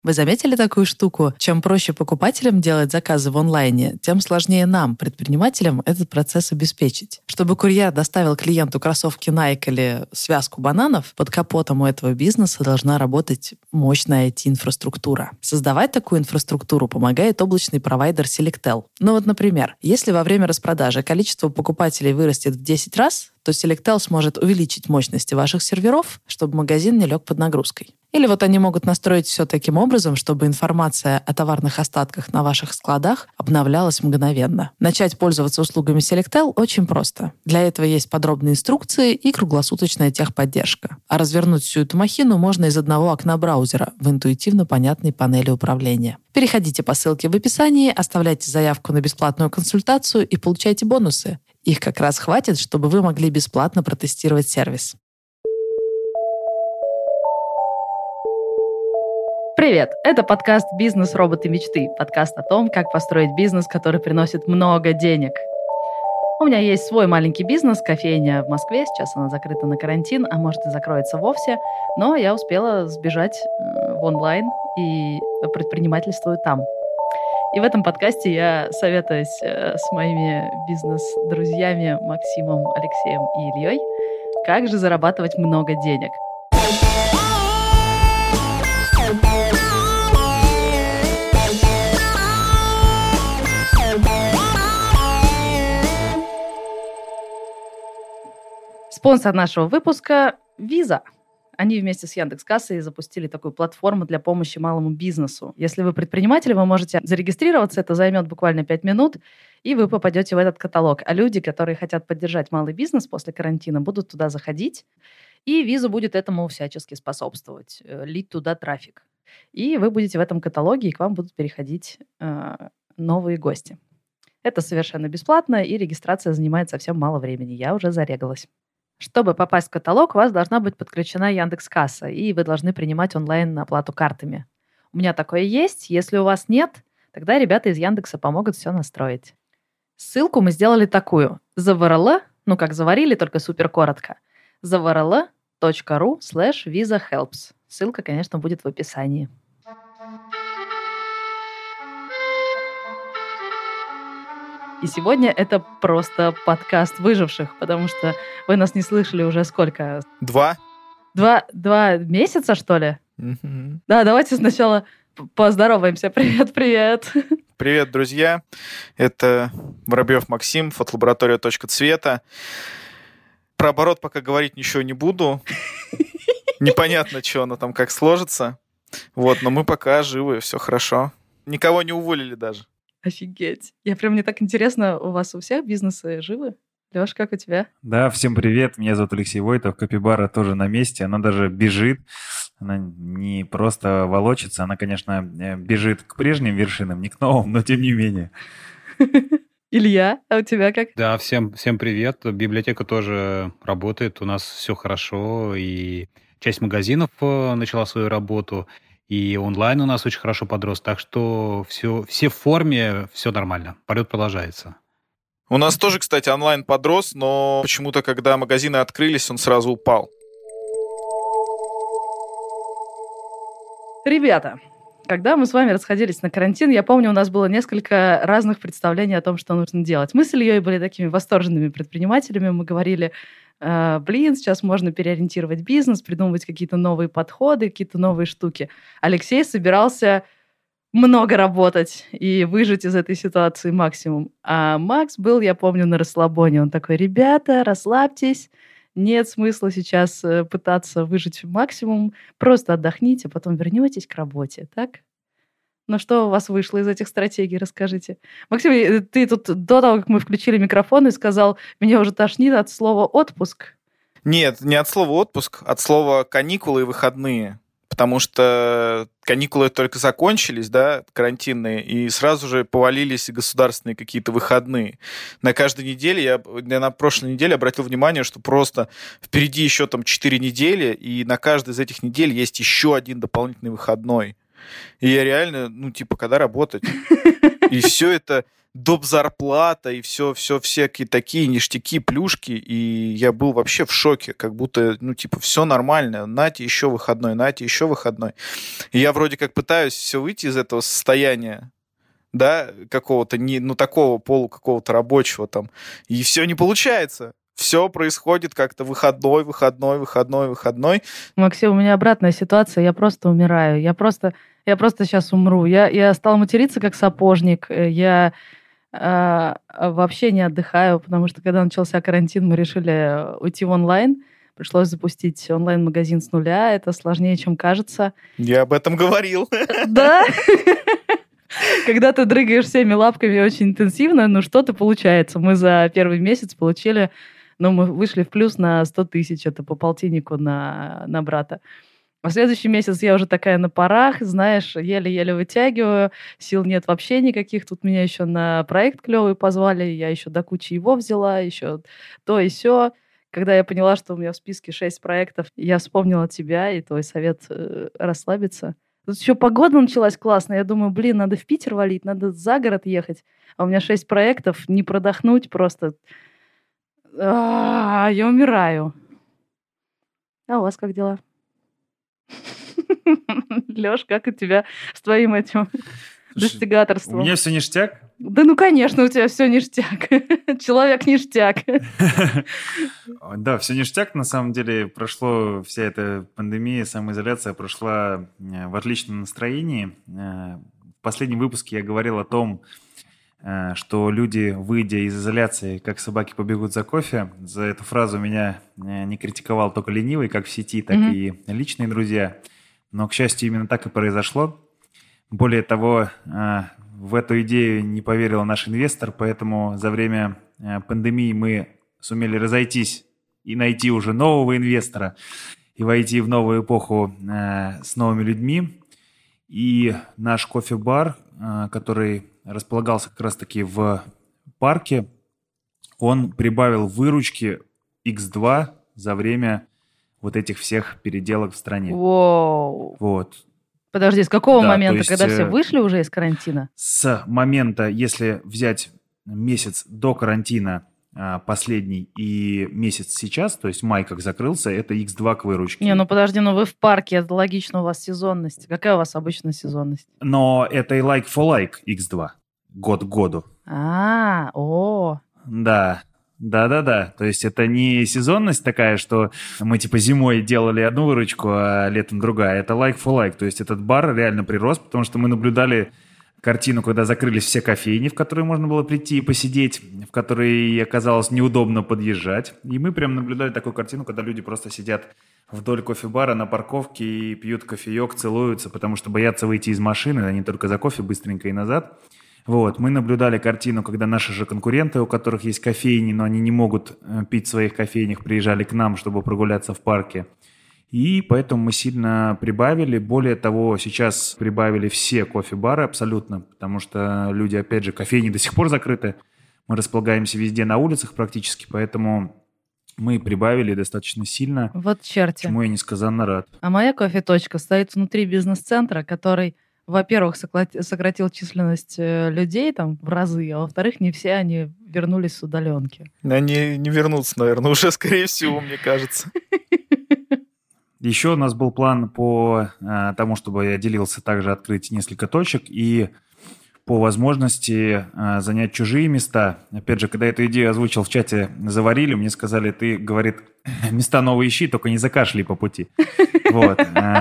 Вы заметили такую штуку? Чем проще покупателям делать заказы в онлайне, тем сложнее нам, предпринимателям, этот процесс обеспечить. Чтобы курьер доставил клиенту кроссовки Nike или связку бананов, под капотом у этого бизнеса должна работать мощная IT-инфраструктура. Создавать такую инфраструктуру помогает облачный провайдер Selectel. Ну вот, например, если во время распродажи количество покупателей вырастет в 10 раз, то Selectel сможет увеличить мощности ваших серверов, чтобы магазин не лег под нагрузкой. Или вот они могут настроить все таким образом, чтобы информация о товарных остатках на ваших складах обновлялась мгновенно. Начать пользоваться услугами Selectel очень просто. Для этого есть подробные инструкции и круглосуточная техподдержка. А развернуть всю эту махину можно из одного окна браузера в интуитивно понятной панели управления. Переходите по ссылке в описании, оставляйте заявку на бесплатную консультацию и получайте бонусы. Их как раз хватит, чтобы вы могли бесплатно протестировать сервис. Привет! Это подкаст «Бизнес. Роботы. Мечты». Подкаст о том, как построить бизнес, который приносит много денег. У меня есть свой маленький бизнес, кофейня в Москве. Сейчас она закрыта на карантин, а может и закроется вовсе. Но я успела сбежать в онлайн и предпринимательствую там. И в этом подкасте я советуюсь с моими бизнес-друзьями Максимом, Алексеем и Ильей, как же зарабатывать много денег. Спонсор нашего выпуска – Visa. Они вместе с Яндекс.Кассой запустили такую платформу для помощи малому бизнесу. Если вы предприниматель, вы можете зарегистрироваться, это займет буквально 5 минут, и вы попадете в этот каталог. А люди, которые хотят поддержать малый бизнес после карантина, будут туда заходить, и Visa будет этому всячески способствовать, лить туда трафик. И вы будете в этом каталоге, и к вам будут переходить новые гости. Это совершенно бесплатно, и регистрация занимает совсем мало времени. Я уже зарегалась. Чтобы попасть в каталог, у вас должна быть подключена Яндекс.Касса, и вы должны принимать онлайн-оплату картами. У меня такое есть. Если у вас нет, тогда ребята из Яндекса помогут все настроить. Ссылку мы сделали такую. zavrl, ну как заварили, только супер коротко. zavrl.ru/visahelps. Ссылка, конечно, будет в описании. И сегодня это просто подкаст выживших, потому что вы нас не слышали уже сколько? Два месяца, что ли? Mm-hmm. Да, давайте сначала поздороваемся. Привет. Привет, друзья. Это Воробьев Максим, фотолаборатория «Точка цвета». Про оборот пока говорить ничего не буду. Непонятно, что оно там как сложится. Вот, но мы пока живы, все хорошо. Никого не уволили даже. Офигеть. Мне так интересно, у вас у всех бизнесы живы? Лёш, как у тебя? Да, всем привет. Меня зовут Алексей Войтов. Капибара тоже на месте. Она даже бежит. Она не просто волочится. Она, конечно, бежит к прежним вершинам, не к новым, но тем не менее. Илья, а у тебя как? Да, всем привет. Библиотека тоже работает. У нас все хорошо. И часть магазинов начала свою работу. И онлайн у нас очень хорошо подрос, так что все в форме, все нормально. Полет продолжается. У нас тоже, кстати, онлайн подрос, но почему-то, когда магазины открылись, он сразу упал. Ребята, когда мы с вами расходились на карантин, я помню, у нас было несколько разных представлений о том, что нужно делать. Мы с Ильей были такими восторженными предпринимателями. Мы говорили, сейчас можно переориентировать бизнес, придумывать какие-то новые подходы, какие-то новые штуки. Алексей собирался много работать и выжить из этой ситуации максимум. А Макс был, я помню, на расслабоне. Он такой: ребята, расслабьтесь, нет смысла сейчас пытаться выжить максимум, просто отдохните, а потом вернетесь к работе, так? Ну что у вас вышло из этих стратегий, расскажите. Максим, ты тут до того, как мы включили микрофон, и сказал, меня уже тошнит от слова «отпуск». Нет, не от слова «отпуск», от слова «каникулы» и «выходные». Потому что каникулы только закончились, да, карантинные, и сразу же повалились государственные какие-то выходные. На каждой неделе, я на прошлой неделе обратил внимание, что просто впереди еще там 4 недели, и на каждой из этих недель есть еще один дополнительный выходной. И я реально, когда работать? И все это доп. Зарплата и все всякие такие ништяки, плюшки, и я был вообще в шоке, как будто, все нормально, нате еще выходной, нате еще выходной. И я вроде как пытаюсь все выйти из этого состояния, да, какого-то, такого какого-то рабочего там, и все не получается. Все происходит как-то выходной. Максим, у меня обратная ситуация, я просто умираю, я просто сейчас умру. Я стал материться как сапожник, я вообще не отдыхаю, потому что когда начался карантин, мы решили уйти в онлайн. Пришлось запустить онлайн-магазин с нуля. Это сложнее, чем кажется. Я об этом говорил. Да? Когда ты дрыгаешь всеми лапками очень интенсивно, что-то получается. Мы за первый месяц получили... мы вышли в плюс на 100 тысяч. Это по полтиннику на брата. А в следующий месяц я уже такая на парах, знаешь, еле-еле вытягиваю, сил нет вообще никаких. Тут меня еще на проект клевый позвали, я еще до кучи его взяла, еще то и сё. Когда я поняла, что у меня в списке 6 проектов, я вспомнила тебя и твой совет расслабиться. Тут еще погода началась классная. Я думаю, надо в Питер валить, надо за город ехать. А у меня 6 проектов, не продохнуть просто. Я умираю. А у вас как дела? Лёш, как у тебя с твоим этим достигаторством? У меня все ништяк. Да конечно, у тебя все ништяк. Человек ништяк. Да, все ништяк. На самом деле вся эта пандемия, самоизоляция прошла в отличном настроении. В последнем выпуске я говорил о том, что люди, выйдя из изоляции, как собаки побегут за кофе. За эту фразу меня не критиковал только ленивый, как в сети, так и личные друзья. Но, к счастью, именно так и произошло. Более того, в эту идею не поверил наш инвестор, поэтому за время пандемии мы сумели разойтись и найти уже нового инвестора и войти в новую эпоху с новыми людьми. И наш кофе-бар, который располагался как раз-таки в парке, он прибавил выручки X2 за время вот этих всех переделок в стране. Воу. Вот. Подожди, с какого момента, есть, когда все вышли уже из карантина? С момента, если взять месяц до карантина последний и месяц сейчас, то есть май как закрылся, это X2 к выручке. Подожди, вы в парке, это логично, у вас сезонность. Какая у вас обычная сезонность? Но это и like for like X2, год к году. Да. То есть это не сезонность такая, что мы зимой делали одну выручку, а летом другая. Это like for like. То есть этот бар реально прирос, потому что мы наблюдали картину, когда закрылись все кофейни, в которые можно было прийти и посидеть, в которые оказалось неудобно подъезжать. И мы прям наблюдали такую картину, когда люди просто сидят вдоль кофе-бара на парковке и пьют кофеек, целуются, потому что боятся выйти из машины, они только за кофе быстренько и назад. Вот, мы наблюдали картину, когда наши же конкуренты, у которых есть кофейни, но они не могут пить в своих кофейнях, приезжали к нам, чтобы прогуляться в парке. И поэтому мы сильно прибавили. Более того, сейчас прибавили все кофе-бары абсолютно, потому что люди, опять же, кофейни до сих пор закрыты. Мы располагаемся везде на улицах практически, поэтому мы прибавили достаточно сильно. Вот черти. Чему я несказанно рад. А моя кофе-точка стоит внутри бизнес-центра, который... Во-первых, сократил численность людей там в разы, а во-вторых, не все они вернулись с удаленки. Они не вернутся, наверное, уже, скорее всего, мне кажется. Еще у нас был план по тому, чтобы я делился, также открыть несколько точек и по возможности занять чужие места. Опять же, когда эту идею озвучил в чате, заварили, мне сказали, ты, говорит, места новые ищи, только не закашляй по пути. Вот.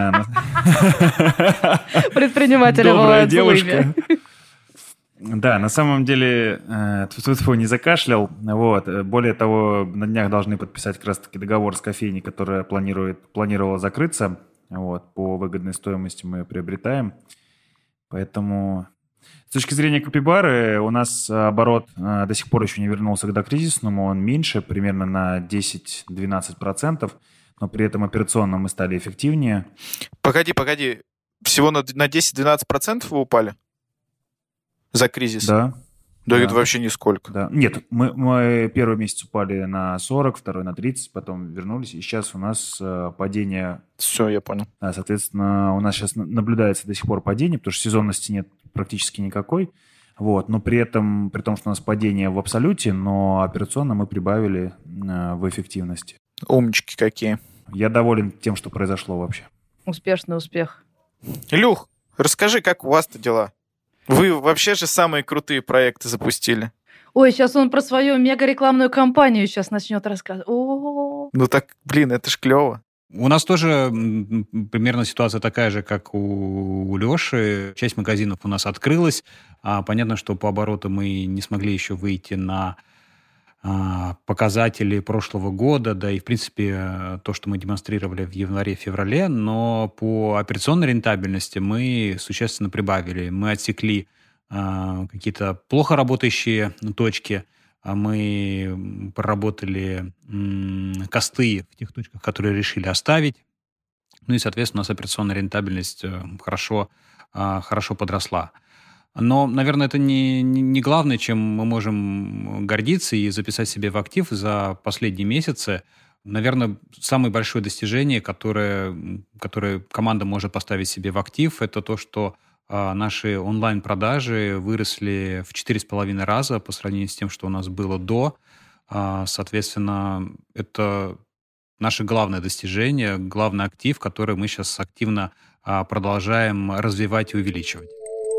Предприниматели добрая бывают девушка. Да, на самом деле, не закашлял. Вот. Более того, на днях должны подписать как раз-таки договор с кофейней, которая планировала закрыться. Вот. По выгодной стоимости мы ее приобретаем. Поэтому... С точки зрения капибары у нас оборот до сих пор еще не вернулся к докризисному, он меньше, примерно на 10-12%, но при этом операционно мы стали эффективнее. Погоди, всего на 10-12% вы упали? За кризис? Да. Да, это вообще нисколько. Да. Нет, мы первый месяц упали на 40, второй на 30, потом вернулись, и сейчас у нас падение... Все, я понял. Да, соответственно, у нас сейчас наблюдается до сих пор падение, потому что сезонности нет практически никакой. Вот. Но при том, что у нас падение в абсолюте, но операционно мы прибавили в эффективности. Умнички какие. Я доволен тем, что произошло вообще. Успешный успех. Илюх, расскажи, как у вас-то дела? Вы вообще же самые крутые проекты запустили. Ой, сейчас он про свою мега-рекламную кампанию сейчас начнет рассказывать. О-о-о. Ну так, блин, это ж клево. У нас тоже примерно ситуация такая же, как у Леши. Часть магазинов у нас открылась. Понятно, что по обороту мы не смогли еще выйти на показатели прошлого года, да и, в принципе, то, что мы демонстрировали в январе-феврале, но по операционной рентабельности мы существенно прибавили. Мы отсекли какие-то плохо работающие точки, мы проработали косты в тех точках, которые решили оставить. Ну и, соответственно, у нас операционная рентабельность хорошо подросла. Но, наверное, это не главное, чем мы можем гордиться и записать себе в актив за последние месяцы. Наверное, самое большое достижение, которое команда может поставить себе в актив, это то, что наши онлайн-продажи выросли в 4,5 раза по сравнению с тем, что у нас было до. Соответственно, это наше главное достижение, главный актив, который мы сейчас активно продолжаем развивать и увеличивать.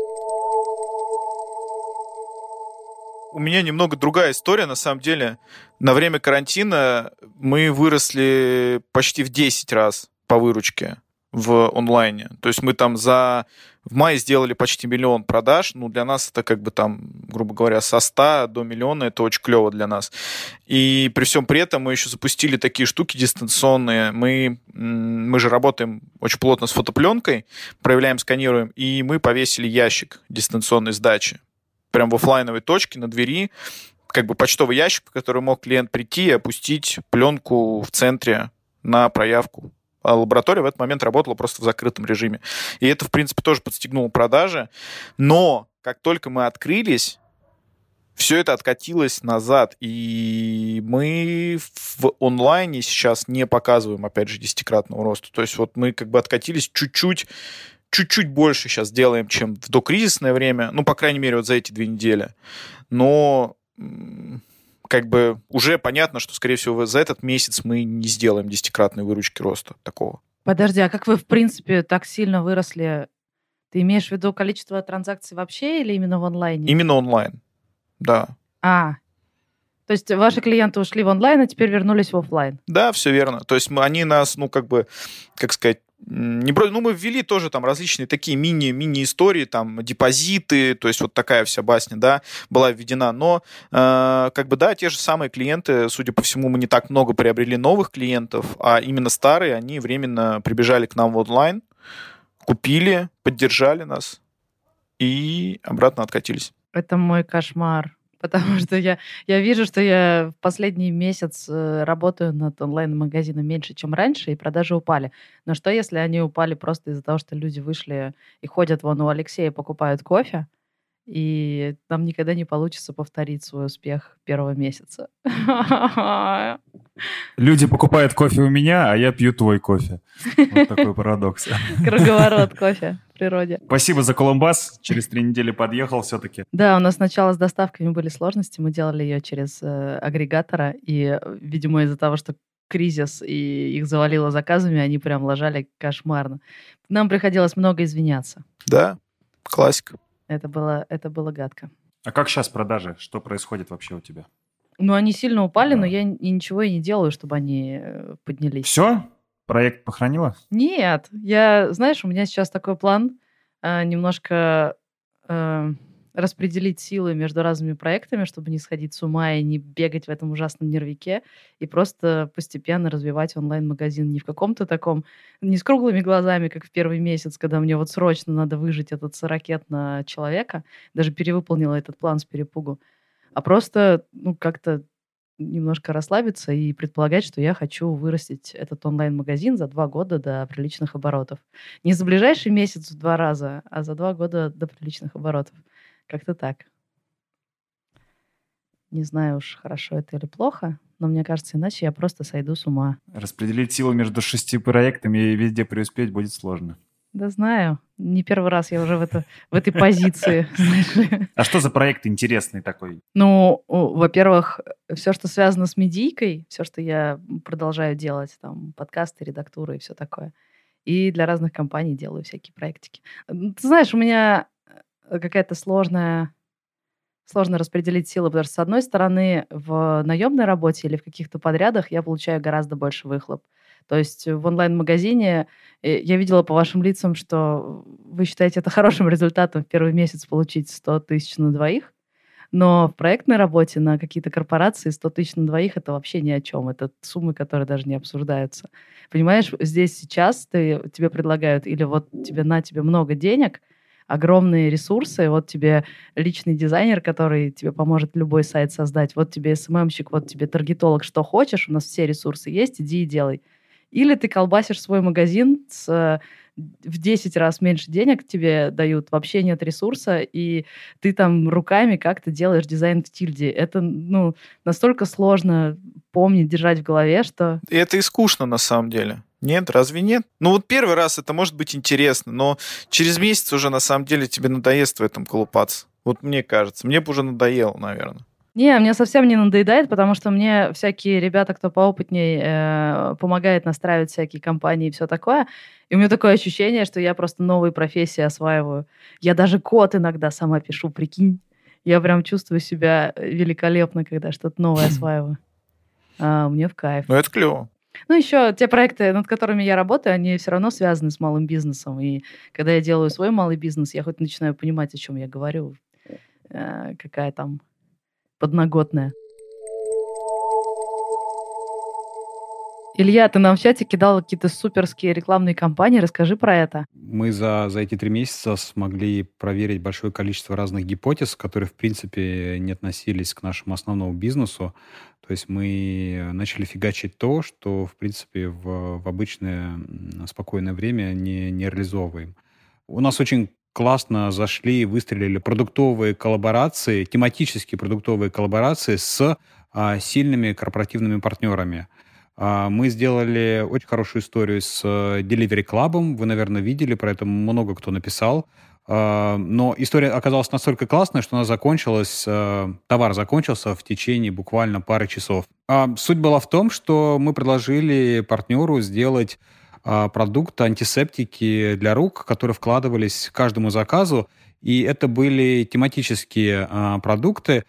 У меня немного другая история, на самом деле. На время карантина мы выросли почти в 10 раз по выручке в онлайне. То есть мы там в мае сделали почти 1 миллион продаж. Ну, для нас это как бы там, грубо говоря, со 100 до миллиона. Это очень клево для нас. И при всем при этом мы еще запустили такие штуки дистанционные. Мы же работаем очень плотно с фотопленкой, проявляем, сканируем, и мы повесили ящик дистанционной сдачи. Прям в офлайновой точке на двери, как бы почтовый ящик, в который мог клиент прийти и опустить пленку в центре на проявку. А лаборатория в этот момент работала просто в закрытом режиме. И это, в принципе, тоже подстегнуло продажи. Но как только мы открылись, все это откатилось назад. И мы в онлайне сейчас не показываем, опять же, 10-кратного роста. То есть вот мы как бы откатились чуть-чуть больше сейчас делаем, чем в докризисное время, ну, по крайней мере, вот за эти 2 недели. Но как бы уже понятно, что, скорее всего, за этот месяц мы не сделаем 10-кратной выручки роста такого. Подожди, а как вы, в принципе, так сильно выросли? Ты имеешь в виду количество транзакций вообще или именно в онлайне? Именно онлайн, да. То есть ваши клиенты ушли в онлайн, а теперь вернулись в офлайн? Да, все верно. То есть они нас, ну, как бы, как сказать, мы ввели тоже там различные такие мини-истории, там, депозиты, то есть вот такая вся басня, да, была введена, но как бы, да, те же самые клиенты, судя по всему, мы не так много приобрели новых клиентов, а именно старые, они временно прибежали к нам в онлайн, купили, поддержали нас и обратно откатились. Это мой кошмар. Потому что я вижу, что я в последний месяц работаю над онлайн-магазином меньше, чем раньше, и продажи упали. Но что, если они упали просто из-за того, что люди вышли и ходят вон у Алексея, покупают кофе, и нам никогда не получится повторить свой успех первого месяца? Люди покупают кофе у меня, а я пью твой кофе. Вот такой парадокс. Круговорот кофе в природе. Спасибо за Колумбас. Через 3 недели подъехал все-таки. Да, у нас сначала с доставками были сложности. Мы делали ее через агрегатора. И, видимо, из-за того, что кризис и их завалило заказами, они прям лажали кошмарно. Нам приходилось много извиняться. Да, классика. Это было гадко. А как сейчас продажи? Что происходит вообще у тебя? Ну, они сильно упали, Да. но я ничего и не делаю, чтобы они поднялись. Все? Проект похоронила? Нет, знаешь, у меня сейчас такой план немножко распределить силы между разными проектами, чтобы не сходить с ума и не бегать в этом ужасном нервике, и просто постепенно развивать онлайн-магазин не в каком-то таком, не с круглыми глазами, как в первый месяц, когда мне вот срочно надо выжить этот сорокет на человека, даже перевыполнила этот план с перепугу, а просто, как-то немножко расслабиться и предполагать, что я хочу вырастить этот онлайн-магазин за 2 года до приличных оборотов. Не за ближайший месяц в 2 раза, а за 2 года до приличных оборотов. Как-то так. Не знаю уж, хорошо это или плохо, но мне кажется, иначе я просто сойду с ума. Распределить силу между 6 проектами и везде преуспеть будет сложно. Да знаю. Не первый раз я уже в этой позиции, знаешь ли. А что за проект интересный такой? Ну, во-первых, все, что связано с медийкой, все, что я продолжаю делать, там, подкасты, редактуры и все такое. И для разных компаний делаю всякие проектики. Ты знаешь, у меня какая-то сложно распределить силы, потому что, с одной стороны, в наемной работе или в каких-то подрядах я получаю гораздо больше выхлоп. То есть в онлайн-магазине я видела по вашим лицам, что вы считаете это хорошим результатом в первый месяц получить 100 тысяч на двоих, но в проектной работе на какие-то корпорации 100 тысяч на двоих — это вообще ни о чем. Это суммы, которые даже не обсуждаются. Понимаешь, здесь сейчас тебе предлагают или вот тебе много денег, огромные ресурсы, вот тебе личный дизайнер, который тебе поможет любой сайт создать, вот тебе СММщик, вот тебе таргетолог, что хочешь, у нас все ресурсы есть, иди и делай. Или ты колбасишь свой магазин в 10 раз меньше денег тебе дают, вообще нет ресурса, и ты там руками как-то делаешь дизайн в тильде. Это, настолько сложно помнить, держать в голове, что... И это и скучно на самом деле. Нет, разве нет? Ну вот первый раз это может быть интересно, но через месяц уже на самом деле тебе надоест в этом колупаться. Вот мне кажется. Мне бы уже надоело, наверное. Не, мне совсем не надоедает, потому что мне всякие ребята, кто поопытнее, помогает настраивать всякие компании и все такое. И у меня такое ощущение, что я просто новые профессии осваиваю. Я даже код иногда сама пишу, прикинь. Я прям чувствую себя великолепно, когда что-то новое осваиваю. Мне в кайф. Ну, это клево. Ну, еще те проекты, над которыми я работаю, они все равно связаны с малым бизнесом. И когда я делаю свой малый бизнес, я хоть начинаю понимать, о чем я говорю, какая там подноготная. Илья, ты нам в чате кидал какие-то суперские рекламные кампании. Расскажи про это. Мы за эти 3 месяца смогли проверить большое количество разных гипотез, которые, в принципе, не относились к нашему основному бизнесу. То есть мы начали фигачить то, что, в принципе, в обычное спокойное время не реализовываем. У нас очень классно зашли и выстрелили продуктовые коллаборации, тематические продуктовые коллаборации с сильными корпоративными партнерами. Мы сделали очень хорошую историю с Delivery Club. Вы, наверное, видели, про это много кто написал. Но история оказалась настолько классной, что товар закончился в течение буквально пары часов. Суть была в том, что мы предложили партнеру сделать продукт антисептики для рук, которые вкладывались к каждому заказу. И это были тематические продукты.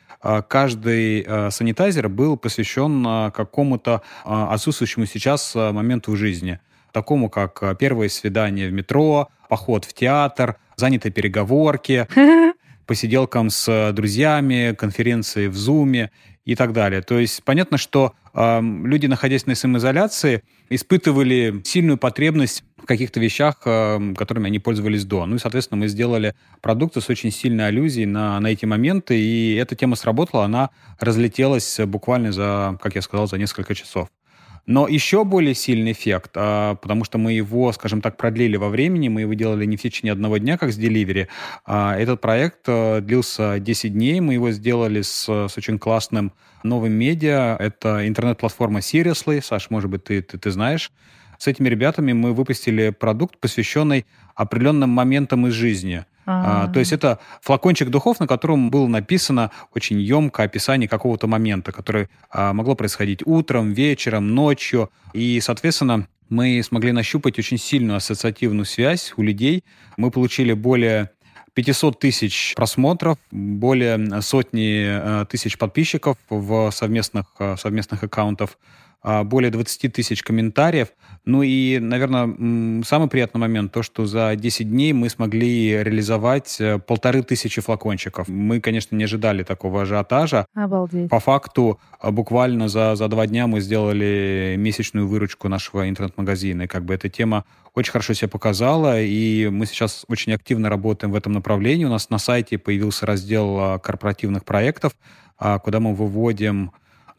Каждый санитайзер был посвящен какому-то отсутствующему сейчас моменту в жизни. Такому, как первое свидание в метро, поход в театр, занятые переговорки, посиделкам с друзьями, конференции в Zoom и так далее. То есть понятно, что люди, находясь на самоизоляции, испытывали сильную потребность в каких-то вещах, которыми они пользовались до. Ну и, соответственно, мы сделали продукты с очень сильной аллюзией на эти моменты, и эта тема сработала, она разлетелась буквально за несколько часов. Но еще более сильный эффект, потому что мы его, скажем так, продлили во времени, мы его делали не в течение одного дня, как с Delivery. Этот проект длился 10 дней, мы его сделали с очень классным новым медиа. Это интернет-платформа Seriously. Саш, может быть, ты знаешь. С этими ребятами мы выпустили продукт, посвященный определенным моментам из жизни. То есть это флакончик духов, на котором было написано очень емкое описание какого-то момента, который могло происходить утром, вечером, ночью. И, соответственно, мы смогли нащупать очень сильную ассоциативную связь у людей. Мы получили более 500 тысяч просмотров, более сотни тысяч подписчиков в совместных аккаунтах, более 20 тысяч комментариев. Ну и, наверное, самый приятный момент, то, что за 10 дней мы смогли реализовать 1500 флакончиков. Мы, конечно, не ожидали такого ажиотажа. Обалдеть. По факту, буквально за 2 дня мы сделали месячную выручку нашего интернет-магазина. И эта тема очень хорошо себя показала, и мы сейчас очень активно работаем в этом направлении. У нас на сайте появился раздел корпоративных проектов, куда мы выводим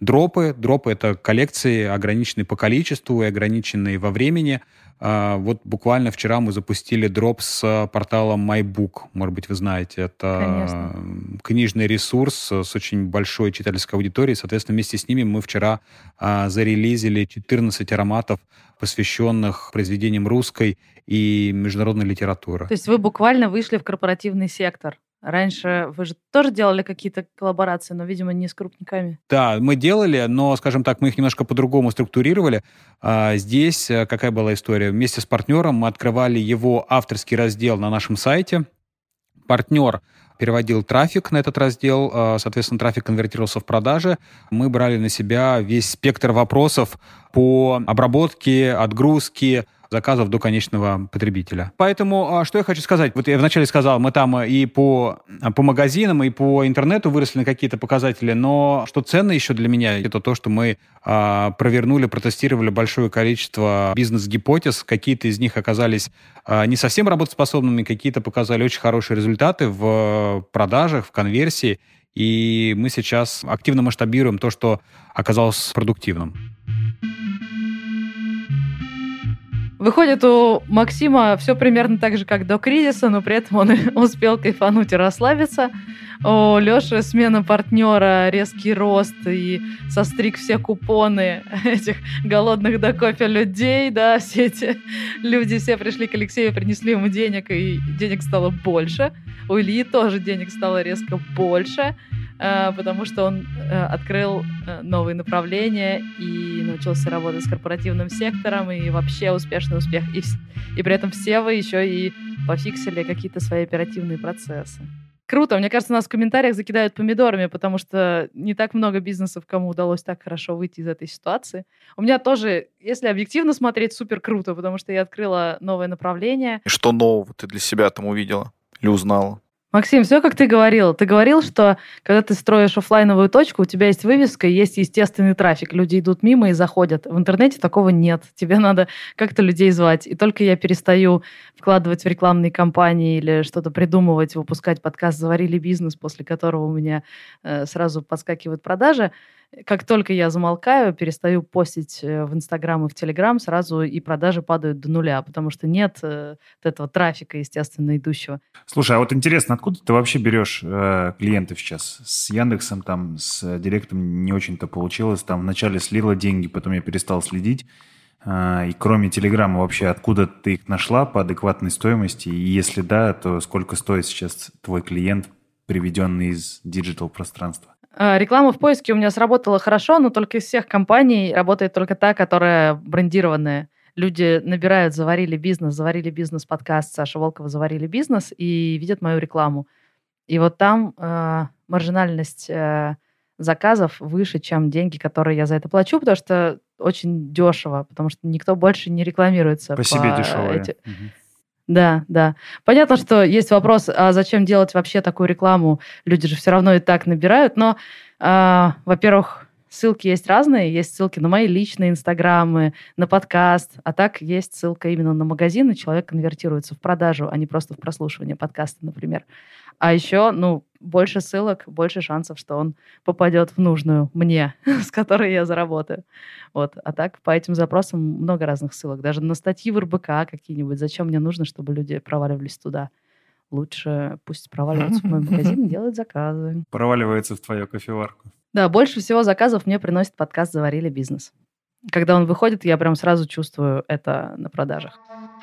дропы. Дропы — это коллекции, ограниченные по количеству и ограниченные во времени. Вот буквально вчера мы запустили дроп с порталом MyBook. Может быть, вы знаете. Это Конечно. книжный ресурс с очень большой читательской аудиторией. Соответственно, вместе с ними мы вчера зарелизили 14 ароматов, посвященных произведениям русской и международной литературы. То есть вы буквально вышли в корпоративный сектор. Раньше вы же тоже делали какие-то коллаборации, но, видимо, не с крупниками. Да, мы делали, но, скажем так, мы их немножко по-другому структурировали. Здесь какая была история? Вместе с партнером мы открывали его авторский раздел на нашем сайте. Партнер переводил трафик на этот раздел, соответственно, трафик конвертировался в продажи. Мы брали на себя весь спектр вопросов по обработке, отгрузке заказов до конечного потребителя. Поэтому, что я хочу сказать. Вот я вначале сказал, мы там и по магазинам, и по интернету выросли на какие-то показатели, но что ценно еще для меня, это то, что мы провернули, протестировали большое количество бизнес-гипотез. Какие-то из них оказались не совсем работоспособными, какие-то показали очень хорошие результаты в продажах, в конверсии. И мы сейчас активно масштабируем то, что оказалось продуктивным. Выходит, у Максима все примерно так же, как до кризиса, но при этом он успел кайфануть и расслабиться. У Леши смена партнера, резкий рост и состриг все купоны этих голодных до кофе людей, да, все эти люди все пришли к Алексею, принесли ему денег, и денег стало больше. У Ильи тоже денег стало резко больше, потому что он открыл новые направления и научился работать с корпоративным сектором, и вообще успешный успех. И при этом все вы еще и пофиксили какие-то свои оперативные процессы. Круто. Мне кажется, нас в комментариях закидают помидорами, потому что не так много бизнесов, кому удалось так хорошо выйти из этой ситуации. У меня тоже, если объективно смотреть, супер круто, потому что я открыла новое направление. И что нового ты для себя там увидела или узнала? Максим, все как ты говорил. Ты говорил, что когда ты строишь офлайновую точку, у тебя есть вывеска, есть естественный трафик. Люди идут мимо и заходят. В интернете такого нет. Тебе надо как-то людей звать. И только я перестаю вкладывать в рекламные кампании или что-то придумывать, выпускать подкаст «Заварили бизнес», после которого у меня сразу подскакивают продажи. Как только я замолкаю, перестаю постить в Инстаграм и в Телеграм, сразу и продажи падают до нуля, потому что нет этого трафика, естественно, идущего. Слушай, а вот интересно, откуда ты вообще берешь клиентов сейчас? С Яндексом, там, с Директом не очень-то получилось. Там вначале слила деньги, потом я перестал следить. И кроме Телеграма вообще, откуда ты их нашла по адекватной стоимости? И если да, то сколько стоит сейчас твой клиент, приведенный из диджитал-пространства? Реклама в поиске у меня сработала хорошо, но только из всех компаний работает только та, которая брендированная. Люди набирают «Заварили бизнес» подкаст Саша Волкова «Заварили бизнес» и видят мою рекламу. И вот там маржинальность заказов выше, чем деньги, которые я за это плачу, потому что очень дешево, потому что никто больше не рекламируется. По себе дешевое. Да, да. Понятно, что есть вопрос, а зачем делать вообще такую рекламу? Люди же все равно и так набирают. Но, во-первых, ссылки есть разные. Есть ссылки на мои личные инстаграмы, на подкаст. А так есть ссылка именно на магазин, и человек конвертируется в продажу, а не просто в прослушивание подкаста, например. А еще, больше ссылок, больше шансов, что он попадет в нужную мне, с которой я заработаю. Вот. А так по этим запросам много разных ссылок. Даже на статьи в РБК какие-нибудь. Зачем мне нужно, чтобы люди проваливались туда? Лучше пусть проваливаются в мой магазин и делают заказы. Проваливается в твою кофеварку. Да, больше всего заказов мне приносит подкаст «Заварили бизнес». Когда он выходит, я прям сразу чувствую это на продажах.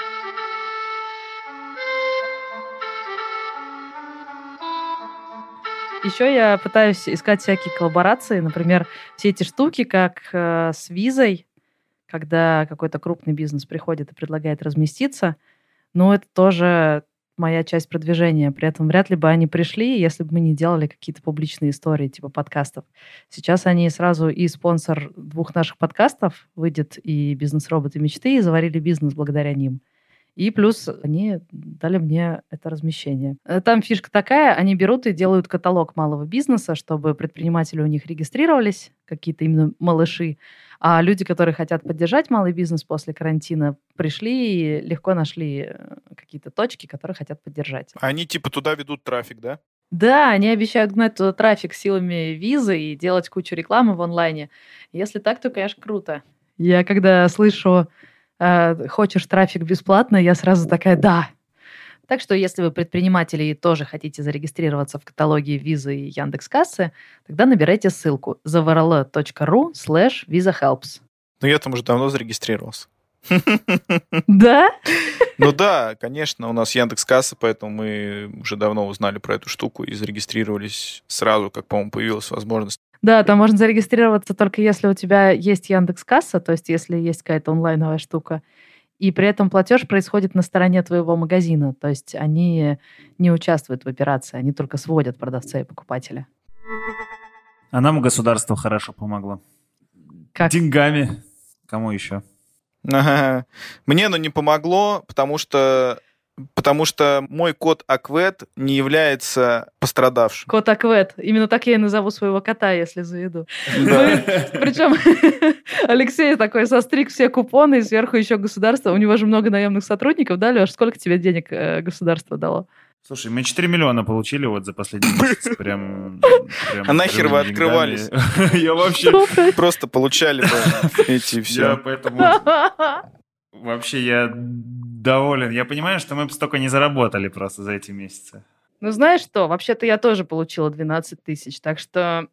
Еще я пытаюсь искать всякие коллаборации. Например, все эти штуки, как с визой, когда какой-то крупный бизнес приходит и предлагает разместиться. Это тоже моя часть продвижения. При этом вряд ли бы они пришли, если бы мы не делали какие-то публичные истории, типа подкастов. Сейчас они сразу и спонсор 2 наших подкастов выйдет, и «Бизнес-роботы мечты», и «Заварили бизнес» благодаря ним. И плюс они дали мне это размещение. Там фишка такая, они берут и делают каталог малого бизнеса, чтобы предприниматели у них регистрировались, какие-то именно малыши, а люди, которые хотят поддержать малый бизнес после карантина, пришли и легко нашли какие-то точки, которые хотят поддержать. Они типа туда ведут трафик, да? Да, они обещают гнать туда трафик силами визы и делать кучу рекламы в онлайне. Если так, то, конечно, круто. Я когда слышу «хочешь трафик бесплатно», я сразу такая «да». Так что, если вы предприниматели и тоже хотите зарегистрироваться в каталоге Визы и Яндекс.Кассы, тогда набирайте ссылку zavrl.ru/visahelps. Ну, я там уже давно зарегистрировался. Да? Ну да, конечно, у нас Яндекс.Касса, поэтому мы уже давно узнали про эту штуку и зарегистрировались сразу, как, по-моему, появилась возможность. Да, там можно зарегистрироваться только если у тебя есть Яндекс.Касса, то есть если есть какая-то онлайновая штука, и при этом платеж происходит на стороне твоего магазина, то есть они не участвуют в операции, они только сводят продавца и покупателя. А нам государство хорошо помогло. Как? Деньгами. Кому еще? Ага. Мне оно не помогло, потому что мой кот Аквет не является пострадавшим. Кот Аквет. Именно так я и назову своего кота, если заведу. Да. Причем Алексей такой состриг все купоны, и сверху еще государство. У него же много наемных сотрудников, да, Леш? Сколько тебе денег государство дало? Слушай, мы 4 миллиона получили вот за последний месяц. Прям А нахер вы открывались? Я вообще... Просто получали эти все. Я поэтому... Вообще я доволен. Я понимаю, что мы бы столько не заработали просто за эти месяцы. Ну, знаешь что? Вообще-то я тоже получила 12 тысяч, так что...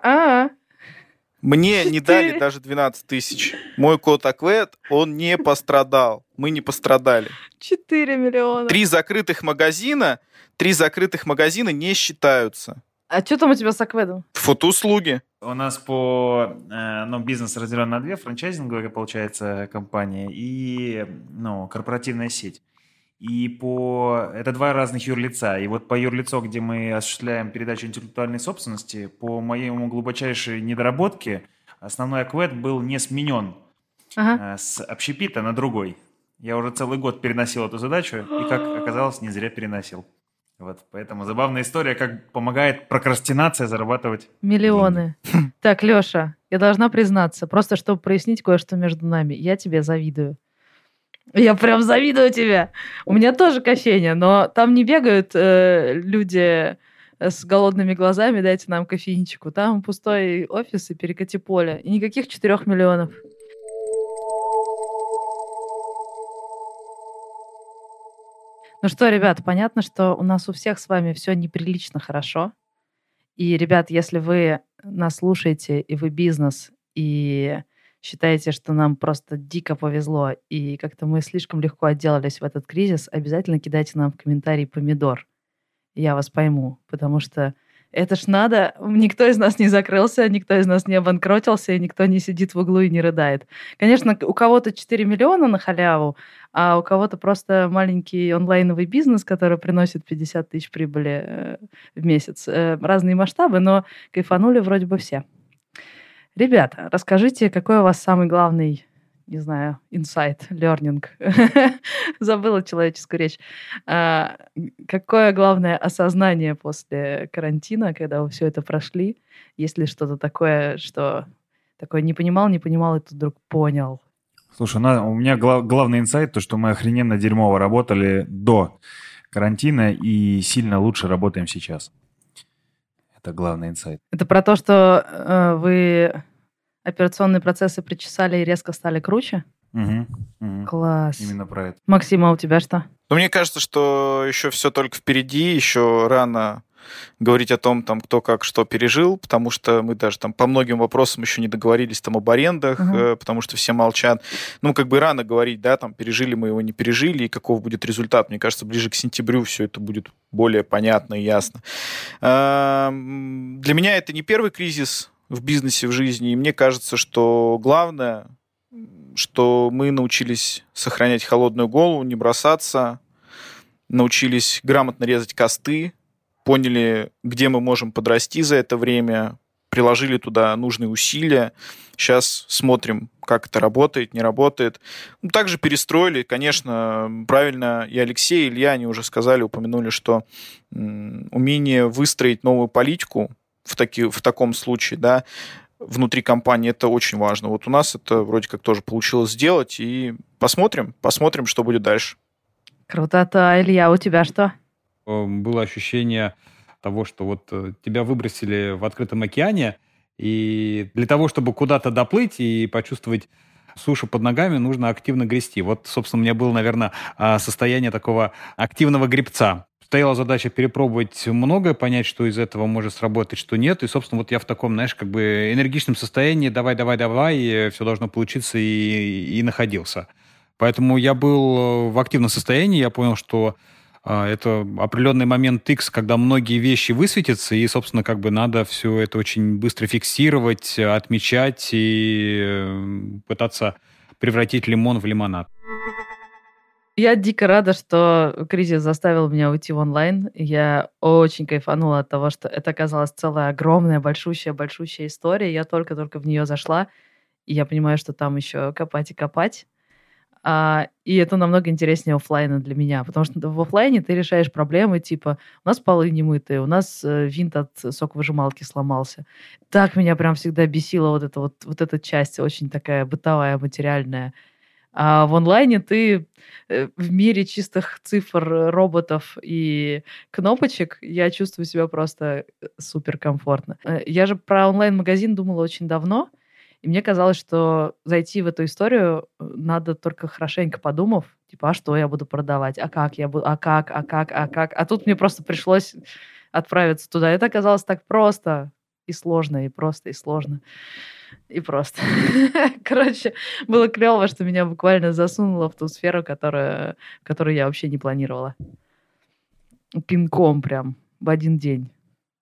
Мне не дали даже 12 тысяч. Мой кот Аквет, он не пострадал. Мы не пострадали. 4 миллиона. 3 закрытых магазина не считаются. А что там у тебя с Акведом? Фотоуслуги. У нас бизнес разделен на 2, франчайзинговая, получается, компания и, корпоративная сеть. Это 2 разных юрлица. И вот по юрлицу, где мы осуществляем передачу интеллектуальной собственности, по моему глубочайшей недоработке, основной Аквед был не сменен с общепита на другой. Я уже целый год переносил эту задачу, и, как оказалось, не зря переносил. Вот, поэтому забавная история, как помогает прокрастинация зарабатывать миллионы. Деньги. Так, Леша, я должна признаться, просто чтобы прояснить кое-что между нами, я тебе завидую. Я прям завидую тебе. У меня тоже кофейня, но там не бегают люди с голодными глазами, дайте нам кофейничку. Там пустой офис и перекати поле. И никаких 4 миллионов. Ну что, ребят, понятно, что у нас у всех с вами все неприлично хорошо. И, ребят, если вы нас слушаете, и вы бизнес, и считаете, что нам просто дико повезло, и как-то мы слишком легко отделались в этот кризис, обязательно кидайте нам в комментарии помидор. Я вас пойму, потому что это ж надо. Никто из нас не закрылся, никто из нас не обанкротился, и никто не сидит в углу и не рыдает. Конечно, у кого-то 4 миллиона на халяву, а у кого-то просто маленький онлайновый бизнес, который приносит 50 тысяч прибыли в месяц. Разные масштабы, но кайфанули вроде бы все. Ребята, расскажите, какой у вас самый главный, не знаю, инсайт, learning, забыла человеческую речь. Какое главное осознание после карантина, когда вы все это прошли? Есть ли что-то такое, что такое не понимал, и тут вдруг понял? Слушай, у меня главный инсайт, то, что мы охрененно дерьмово работали до карантина и сильно лучше работаем сейчас. Это главный инсайт. Это про то, что вы операционные процессы причесали и резко стали круче? Угу. Класс. Именно про это. Максим, а у тебя что? Ну, мне кажется, что еще все только впереди, еще рано говорить о том, там, кто как что пережил, потому что мы даже там по многим вопросам еще не договорились там об арендах, потому что все молчат. Ну, как бы рано говорить, да, там, пережили мы его, не пережили, и каков будет результат. Мне кажется, ближе к сентябрю все это будет более понятно и ясно. Для меня это не первый кризис в бизнесе, в жизни, и мне кажется, что главное, что мы научились сохранять холодную голову, не бросаться, научились грамотно резать косты, поняли, где мы можем подрасти за это время, приложили туда нужные усилия. Сейчас смотрим, как это работает, не работает. Ну, также перестроили, конечно, правильно и Алексей, и Илья, они уже сказали, упомянули, что умение выстроить новую политику в таком случае, да, внутри компании, это очень важно. Вот у нас это вроде как тоже получилось сделать, и посмотрим, что будет дальше. Круто-то. Илья, у тебя что? Было ощущение того, что вот тебя выбросили в открытом океане, и для того, чтобы куда-то доплыть и почувствовать сушу под ногами, нужно активно грести. Вот, собственно, у меня было, наверное, состояние такого активного гребца. Стояла задача перепробовать многое, понять, что из этого может сработать, что нет. И, собственно, вот я в таком, знаешь, как бы энергичном состоянии, давай, и все должно получиться, и находился. Поэтому я был в активном состоянии, я понял, что это определенный момент X, когда многие вещи высветятся, и, собственно, как бы надо все это очень быстро фиксировать, отмечать и пытаться превратить лимон в лимонад. Я дико рада, что кризис заставил меня уйти в онлайн. Я очень кайфанула от того, что это оказалась целая огромная, большущая история. Я только-только в нее зашла, и я понимаю, что там еще копать и копать. И это намного интереснее офлайна для меня, потому что в офлайне ты решаешь проблемы, типа, у нас полы не мытые, у нас винт от соковыжималки сломался. Так меня прям всегда бесила вот эта часть, очень такая бытовая, материальная. А в онлайне ты в мире чистых цифр, роботов и кнопочек, я чувствую себя просто суперкомфортно. Я же про онлайн-магазин думала очень давно, и мне казалось, что зайти в эту историю надо только хорошенько подумав, типа, а что я буду продавать, а как я буду, а как. А тут мне просто пришлось отправиться туда. Это оказалось так просто и сложно, и просто, и сложно. И просто. Короче, было клево, что меня буквально засунуло в ту сферу, которую я вообще не планировала. Пинком прям в один день.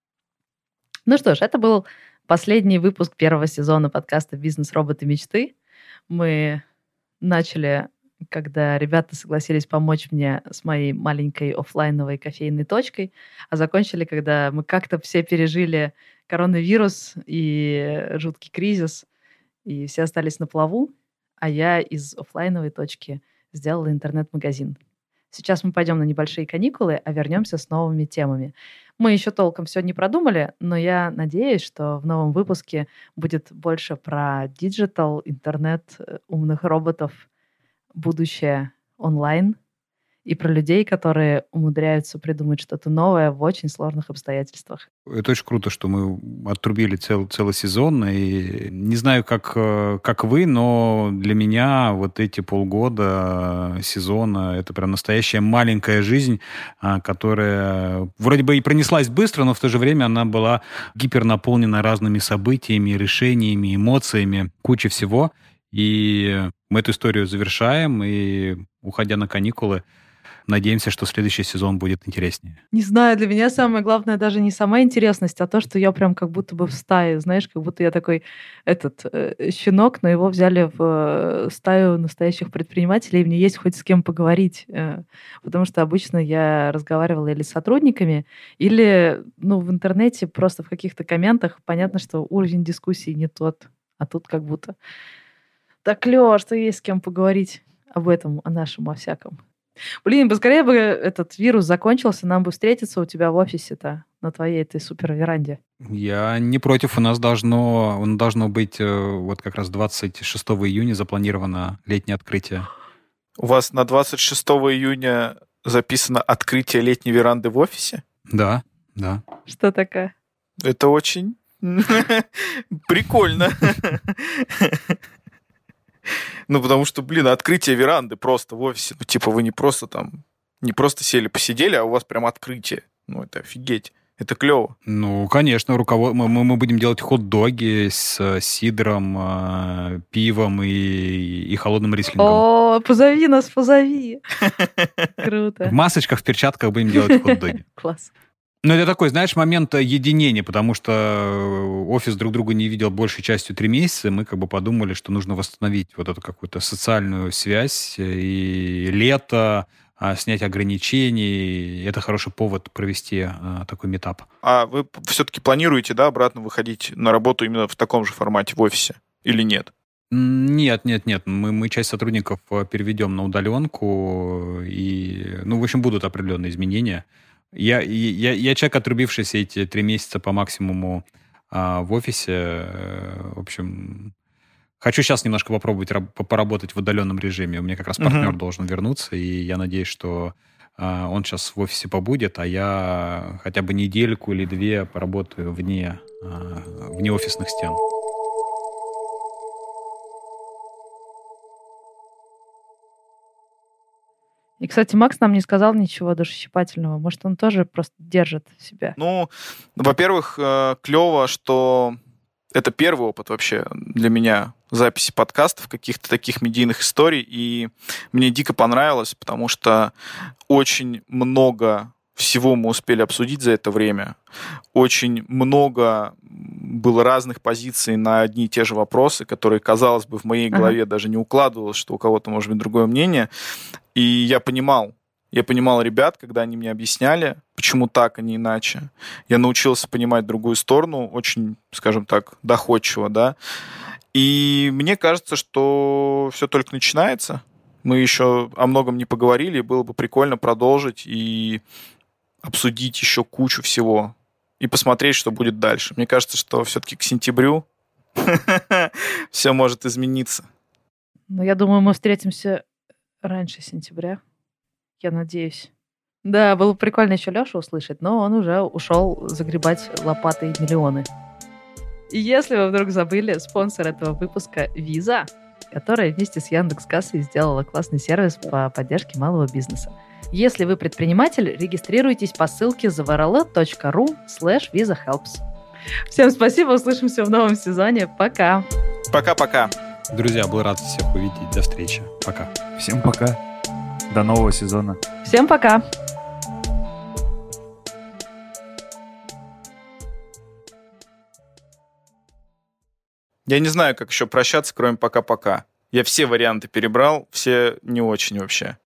Ну что ж, это был последний выпуск первого сезона подкаста «Бизнес, роботы, мечты». Мы начали, когда ребята согласились помочь мне с моей маленькой офлайновой кофейной точкой, а закончили, когда мы как-то все пережили коронавирус и жуткий кризис, и все остались на плаву, а я из офлайновой точки сделала интернет-магазин. Сейчас мы пойдем на небольшие каникулы, а вернемся с новыми темами. Мы еще толком все не продумали, но я надеюсь, что в новом выпуске будет больше про диджитал, интернет, умных роботов, будущее онлайн и про людей, которые умудряются придумать что-то новое в очень сложных обстоятельствах. Это очень круто, что мы отрубили целый сезон. И не знаю, как вы, но для меня вот эти полгода сезона — это прям настоящая маленькая жизнь, которая вроде бы и пронеслась быстро, но в то же время она была гипернаполнена разными событиями, решениями, эмоциями, кучей всего. И мы эту историю завершаем, и, уходя на каникулы, надеемся, что следующий сезон будет интереснее. Не знаю, для меня самое главное даже не сама интересность, а то, что я прям как будто бы в стае, знаешь, как будто я такой щенок, но его взяли в стаю настоящих предпринимателей, и мне есть хоть с кем поговорить, потому что обычно я разговаривала или с сотрудниками, или в интернете просто в каких-то комментах. Понятно, что уровень дискуссии не тот, а тут как будто так клево, что есть с кем поговорить об этом, о нашем, о всяком. Блин, поскорее бы этот вирус закончился, нам бы встретиться у тебя в офисе-то, на твоей этой супер-веранде. Я не против, у нас должно быть вот как раз 26 июня запланировано летнее открытие. У вас на 26 июня записано открытие летней веранды в офисе? Да. Что такое? Это очень прикольно. Потому что, открытие веранды просто в офисе. Вы не просто сели, посидели, а у вас прям открытие. Это офигеть. Это клево. Конечно, мы будем делать хот-доги с сидром, пивом и холодным рислингом. О, позови нас, позови. Круто. В масочках, в перчатках будем делать хот-доги. Класс. Это такой, знаешь, момент единения, потому что офис друг друга не видел большей частью 3 месяца. Мы подумали, что нужно восстановить вот эту какую-то социальную связь и лето, снять ограничения. Это хороший повод провести такой митап. А вы все-таки планируете, обратно выходить на работу именно в таком же формате в офисе или нет? Нет. Мы часть сотрудников переведем на удаленку. И, в общем, будут определенные изменения. Я человек, отрубившийся эти 3 месяца по максимуму в офисе. В общем, хочу сейчас немножко попробовать поработать в удаленном режиме. У меня как раз партнер должен вернуться, и я надеюсь, что он сейчас в офисе побудет, а я хотя бы недельку или две поработаю вне офисных стен. И, кстати, Макс нам не сказал ничего душещипательного. Может, он тоже просто держит себя? Ну, во-первых, клево, что это первый опыт вообще для меня записи подкастов, каких-то таких медийных историй, и мне дико понравилось, потому что очень много всего мы успели обсудить за это время. Очень много было разных позиций на одни и те же вопросы, которые, казалось бы, в моей голове даже не укладывалось, что у кого-то может быть другое мнение. И я понимал ребят, когда они мне объясняли, почему так, а не иначе. Я научился понимать другую сторону, очень, скажем так, доходчиво, да. И мне кажется, что все только начинается. Мы еще о многом не поговорили, и было бы прикольно продолжить и обсудить еще кучу всего и посмотреть, что будет дальше. Мне кажется, что все-таки к сентябрю все может измениться. Ну, я думаю, мы встретимся раньше сентября. Я надеюсь. Да, было бы прикольно еще Лешу услышать, но он уже ушел загребать лопатой миллионы. И если вы вдруг забыли, спонсор этого выпуска — Visa, которая вместе с Яндекс.Кассой сделала классный сервис по поддержке малого бизнеса. Если вы предприниматель, регистрируйтесь по ссылке zavarala.ru/visahelps. Всем спасибо, услышимся в новом сезоне. Пока! Пока-пока! Друзья, был рад всех увидеть. До встречи. Пока. Всем пока. До нового сезона. Всем пока! Я не знаю, как еще прощаться, кроме пока-пока. Я все варианты перебрал, все не очень вообще.